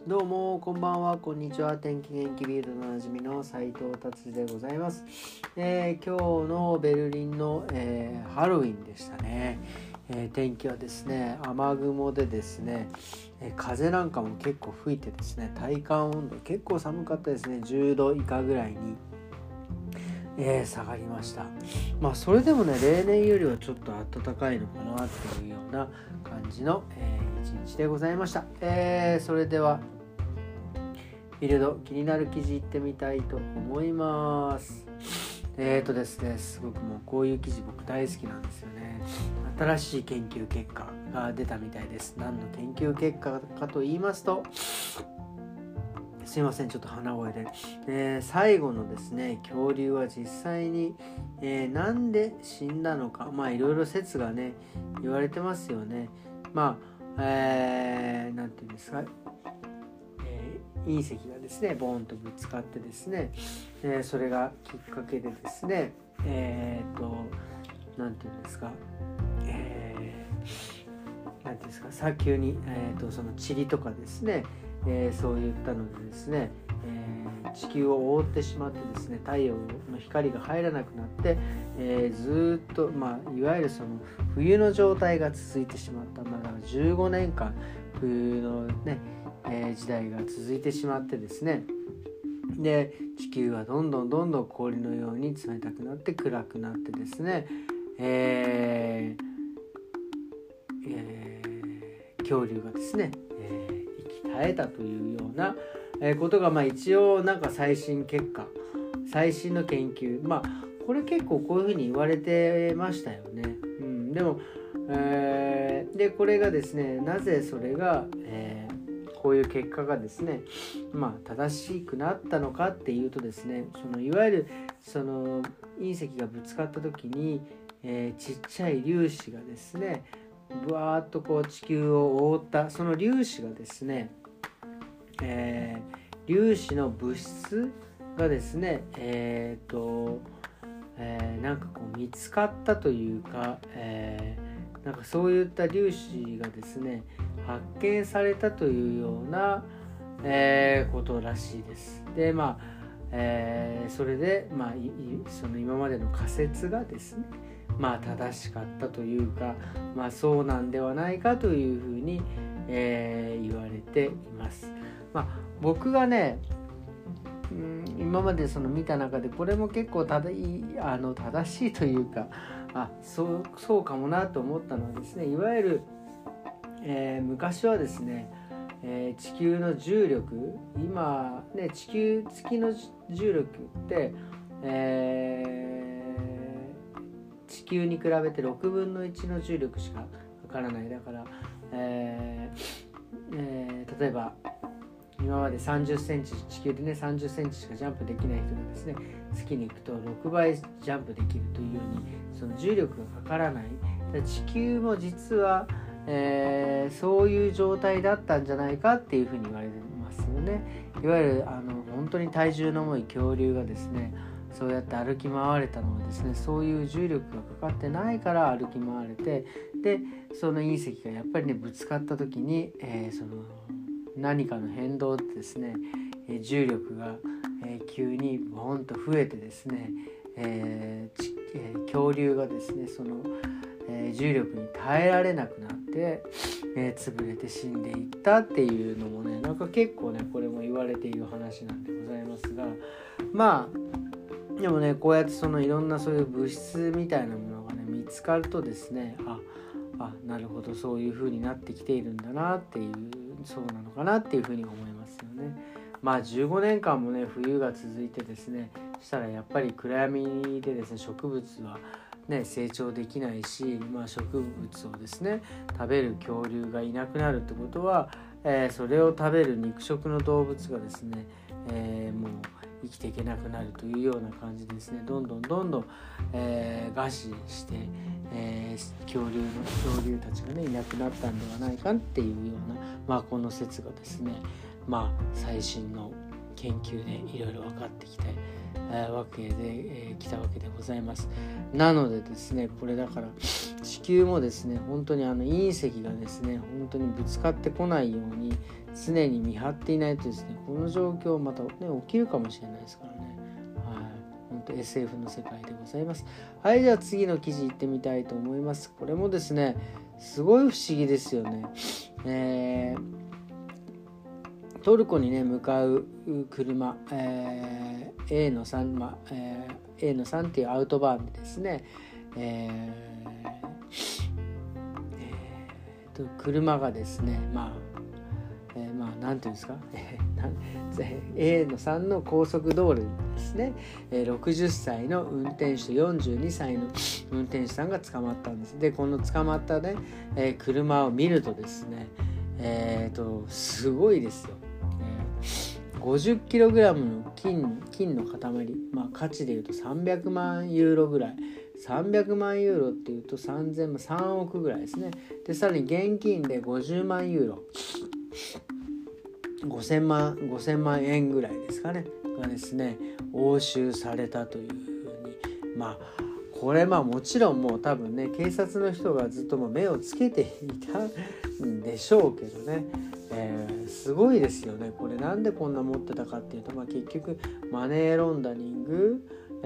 どうもこんばんは、こんにちは。天気元気ビールのおなじみの斉藤達でございます。今日のベルリンの、ハロウィンでしたね。天気はですね、雨雲でですね、風なんかも結構吹いてですね、体感温度結構寒かったですね。10度以下ぐらいに、下がりました。それでもね、例年よりはちょっと暖かいのかなっていうような感じの、一日でございました。それではフィールド気になる記事いってみたいと思います。ですね、すごくもうこういう記事僕大好きなんですよね。新しい研究結果が出たみたいです。何の研究結果かと言いますと、すいません、ちょっと鼻声で、最後のですね、恐竜は実際に、なんで死んだのか、いろいろ説がね言われてますよね。なんていうんですか、隕石がですねボーンとぶつかってですね、それがきっかけでですね、なんていうんですか、なんていうんですか、砂丘に、その塵とかですね、そういったのでですね、地球を覆ってしまってですね、太陽の光が入らなくなって、ずっと、いわゆるその冬の状態が続いてしまった、だから15年間冬のね、時代が続いてしまってですね、で地球はどんどん氷のように冷たくなって暗くなってですね、恐竜がですね、生き絶えたというようなことが一応なんか最新の研究、これ結構こういうふうに言われてましたよね。でも、でこれがですね、なぜそれが、こういう結果がですね、正しくなったのかっていうとですね、そのいわゆるその隕石がぶつかった時に、ちっちゃい粒子がですねぶわーっとこう地球を覆ったその粒子がですね、粒子の物質がですね、なんかこう見つかったというか、なんかそういった粒子がですね発見されたというような、ことらしいです。でそれで、その今までの仮説がですね正しかったというか、そうなんではないかというふうに、言われています。僕がね、今までその見た中でこれも結構正しいというか、そうかもなと思ったのはですね、いわゆる、昔はですね、地球の重力、今ね月の重力って、地球に比べて6分の1の重力しかかからない。だから、例えば今まで30センチ、地球でね30センチしかジャンプできない人がですね、月に行くと6倍ジャンプできるというように、その重力がかからない。地球も実は、そういう状態だったんじゃないかっていうふうに言われてますよね。いわゆる本当に体重の重い恐竜がですね、そうやって歩き回れたのはですね、そういう重力がかかってないから歩き回れて、でその隕石がやっぱりねぶつかった時に、その何かの変動でですね、重力が、急にボーンと増えてですね、恐竜がですねその、重力に耐えられなくなって、潰れて死んでいったっていうのもね、なんか結構ねこれも言われている話なんでございますが、でもね、こうやってそのいろんなそういう物質みたいなものがね見つかるとですね、なるほど、そういう風になってきているんだなっていう、そうなのかなっていう風に思いますよね。15年間もね冬が続いてですね、したらやっぱり暗闇でですね植物はね成長できないし、植物をですね食べる恐竜がいなくなるってことは、それを食べる肉食の動物がですね、もう生きていけなくなるというような感じでですね、どんどん、餓死して、恐竜たちがねいなくなったんではないかっていうような、この説がですね、最新の研究でいろいろ分かってきて、わけで、来たわけでございます。なのでですね、これだから地球もですね本当に隕石がですね本当にぶつかってこないように常に見張っていないとですね、この状況また、ね、起きるかもしれないですからね。はい、本当 SF の世界でございます。はい、じゃあ次の記事行ってみたいと思います。これもですねすごい不思議ですよね。トルコにね向かう車、A の3、A の3っていうアウトバーンでですね、車がですねなんていうんですかA の3の高速道路にですね、60歳の運転手と42歳の運転手さんが捕まったんです。でこの捕まったね、車を見るとですね、すごいですよ。50kg の金の塊、価値でいうと300万ユーロぐらい、300万ユーロっていうと3億ぐらいですね。でさらに現金で50万ユーロ、5000万円ぐらいですかねがですね押収されたというふうに、これもちろんもう多分ね警察の人がずっと目をつけていたんでしょうけどね、すごいですよね。これなんでこんな持ってたかっていうと、結局マネーロンダリング、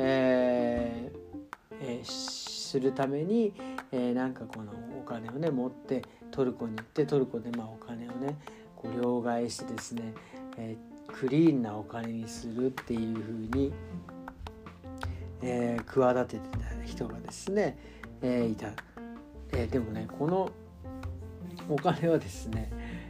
するために、なんかこのお金をね持ってトルコに行って、トルコでお金をね両替してですね、クリーンなお金にするっていう風に、企ててた人がですね、いた。でもねこのお金はですね、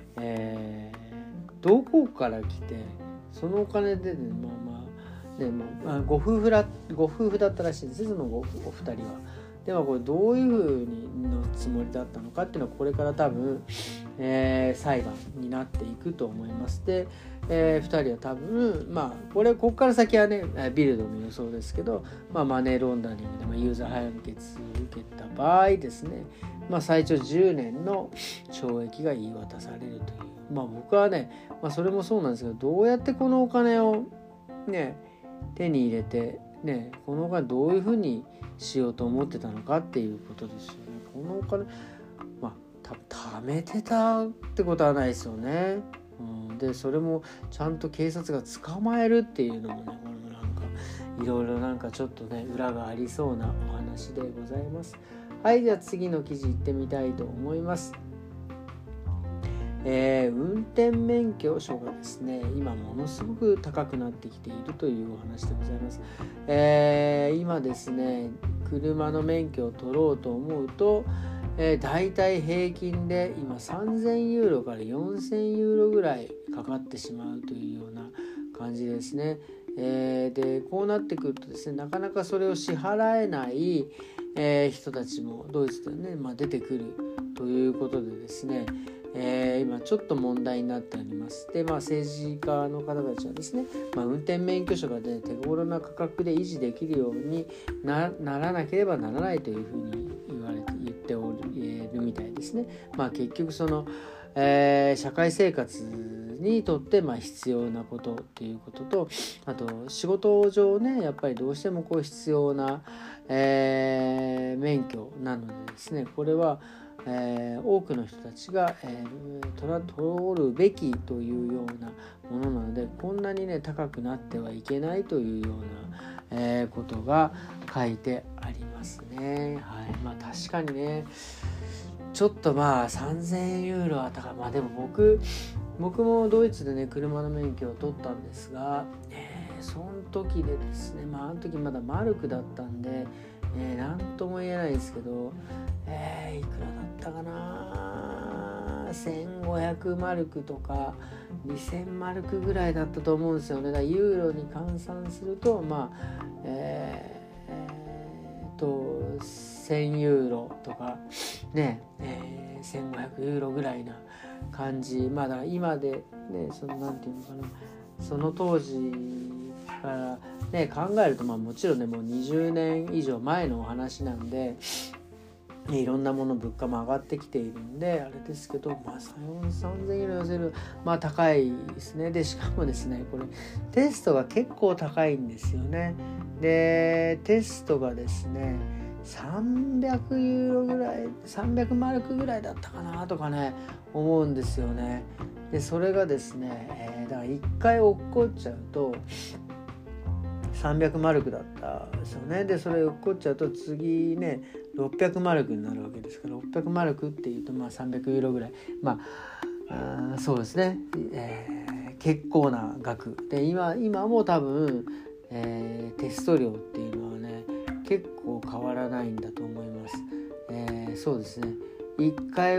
どこから来て、そのお金で、ご夫婦だったらしいんですよ、そのお二人は。ではこれどういうふうのつもりだったのかっていうのはこれから多分、裁判になっていくと思います。で、2人は多分ここから先はねビルドの予想ですけど、マネーロンダリングで有罪判決を受けた場合ですね、最長10年の懲役が言い渡されるという、僕はね、それもそうなんですけど、どうやってこのお金をね手に入れてね、このお金どういうふうにしようと思ってたのかっていうことですよね。このお金貯めてたってことはないですよね。でそれもちゃんと警察が捕まえるっていうのもね、これもいろいろちょっとね裏がありそうなお話でございます。はい、じゃあ次の記事行ってみたいと思います。運転免許証がですね今ものすごく高くなってきているというお話でございます。今ですね車の免許を取ろうと思うと、だいたい平均で今3000ユーロから4000ユーロぐらいかかってしまうというような感じですね。でこうなってくるとですね、なかなかそれを支払えない、人たちもドイツでね、出てくるということでですね、今ちょっと問題になっております。で、政治家の方たちはですね、運転免許証が、ね、手頃な価格で維持できるように ならなければならないというふうに言っておるみたいですね。結局その、社会生活にとって必要なことっていうことと、あと仕事上ねやっぱりどうしても必要な、免許なのでですね、これは多くの人たちが、取るべきというようなものなので、こんなにね高くなってはいけないというような、ことが書いてありますね。はい、確かにねちょっと3000ユーロは高い。でも僕もドイツでね車の免許を取ったんですが、その時でですね、あの時まだマルクだったんで、なんとも言えないですけど、いくらだったかな、1500マルクとか2000マルクぐらいだったと思うんですよね。だからユーロに換算すると1000ユーロとかね、1500ユーロぐらいな感じ。だから今でねなんていうのかな、その当時からね考えるともちろんねもう20年以上前のお話なんで、いろんなもの物価も上がってきているんであれですけど、3000ユーロ寄せる高いですね。でしかもですねこれテストが結構高いんですよね。でテストがですね 300ユーロぐらい、300マルクぐらいだったかなとかね思うんですよね。でそれがですね、だから1回落っこっちゃうと300マルクだったんですよね。でそれ落っこっちゃうと次ね600マルクになるわけですから、600マルクっていうと300ユーロぐらい、そうですね、結構な額で、今も多分、テスト料っていうのはね結構変わらないんだと思います。そうですね、1回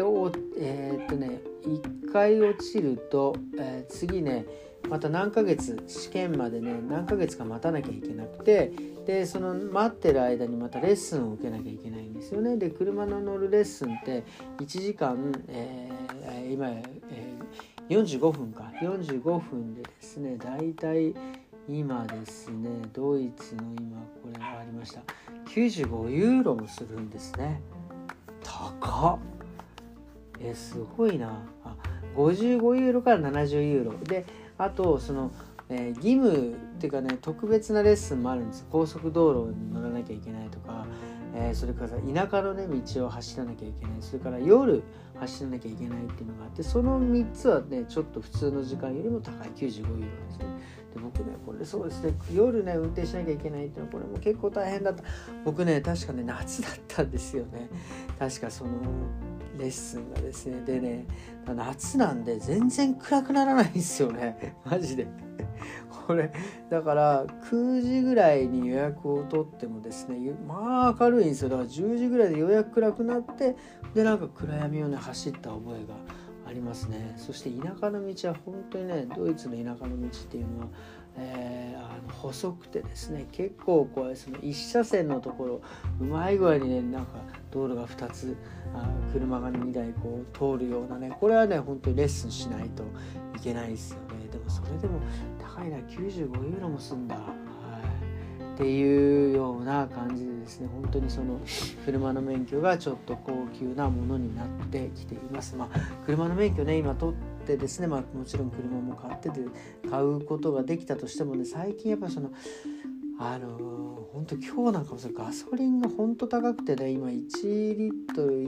落ちると、次ねまた何ヶ月、試験までね何ヶ月か待たなきゃいけなくて、でその待ってる間にまたレッスンを受けなきゃいけないんですよね。で車の乗るレッスンって1時間、今、45分か45分でですね、だいたい今ですねドイツの今これがありました95ユーロもするんですね。高っ、すごいな。55ユーロから70ユーロで、あとその、義務っていうかね特別なレッスンもあるんです。高速道路に乗らなきゃいけないとか、それから田舎のね道を走らなきゃいけない、それから夜走らなきゃいけないっていうのがあって、その3つはねちょっと普通の時間よりも高い95ユーロですね。で僕ねこれそうですね、夜ね運転しなきゃいけないっていうのはこれも結構大変だった。僕ね確かね夏だったんですよね、確かそのレッスンがですね。でね夏なんで全然暗くならないんですよねマジでこれだから9時ぐらいに予約を取ってもですね明るいんですよ。だから10時ぐらいでようやく暗くなって、でなんか暗闇をね走った覚えがありますね。そして田舎の道は本当にねドイツの田舎の道っていうのは、細くてですね結構こうその1車線のところうまい具合にねなんか道路が2つ車が2台こう通るようなね、これはね本当にレッスンしないといけないですよね。でもそれでも高いな、95ユーロもすんだ、っていうような感じでですね、本当にその車の免許がちょっと高級なものになってきています。車の免許ね今取ってですね、もちろん車も買うことができたとしてもね、最近やっぱその本当今日なんかもガソリンが本当高くてね、今1リットル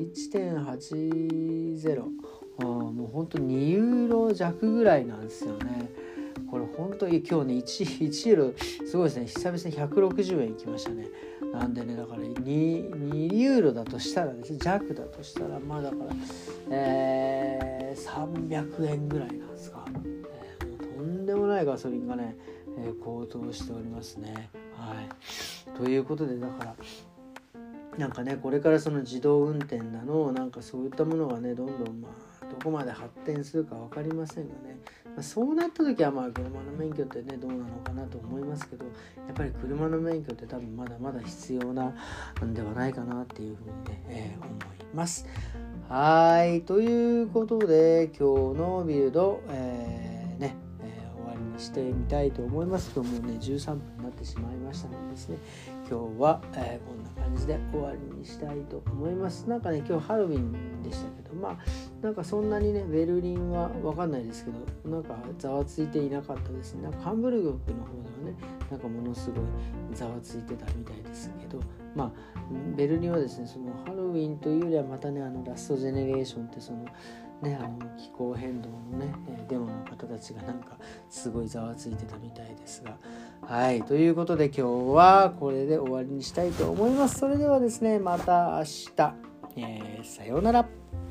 1.80 もう本当2ユーロ弱ぐらいなんですよね。これ本当に今日ね 1ユーロすごいですね、久々に160円いきましたね。なんでねだから 2ユーロだとしたらですね、弱だとしたらだから、300円ぐらいなんですか、もうとんでもないガソリンがね、高騰しておりますね。ということでだからなんかねこれからその自動運転だのなんかそういったものがねどんどんどこまで発展するか分かりませんがね、そうなった時は車の免許ってねどうなのかなと思いますけど、やっぱり車の免許って多分まだまだ必要なんではないかなっていうふうにね、思います。ということで今日のビルド、終わりにしてみたいと思います。今日もね13分になってしまいましたのでですね、今日は、こんな感じで終わりにしたいと思います。なんかね今日ハロウィンでしたけど、なんかそんなにねベルリンは分かんないですけどなんかざわついていなかったですね。なんかハンブルグの方ではねなんかものすごいざわついてたみたいですけど、ベルリンはですねそのハロウィンというよりはまたねラストジェネレーションってそのね気候変動のねデモの方たちがなんかすごいざわついてたみたいですが、ということで今日はこれで終わりにしたいと思います。それではですねまた明日、さようなら。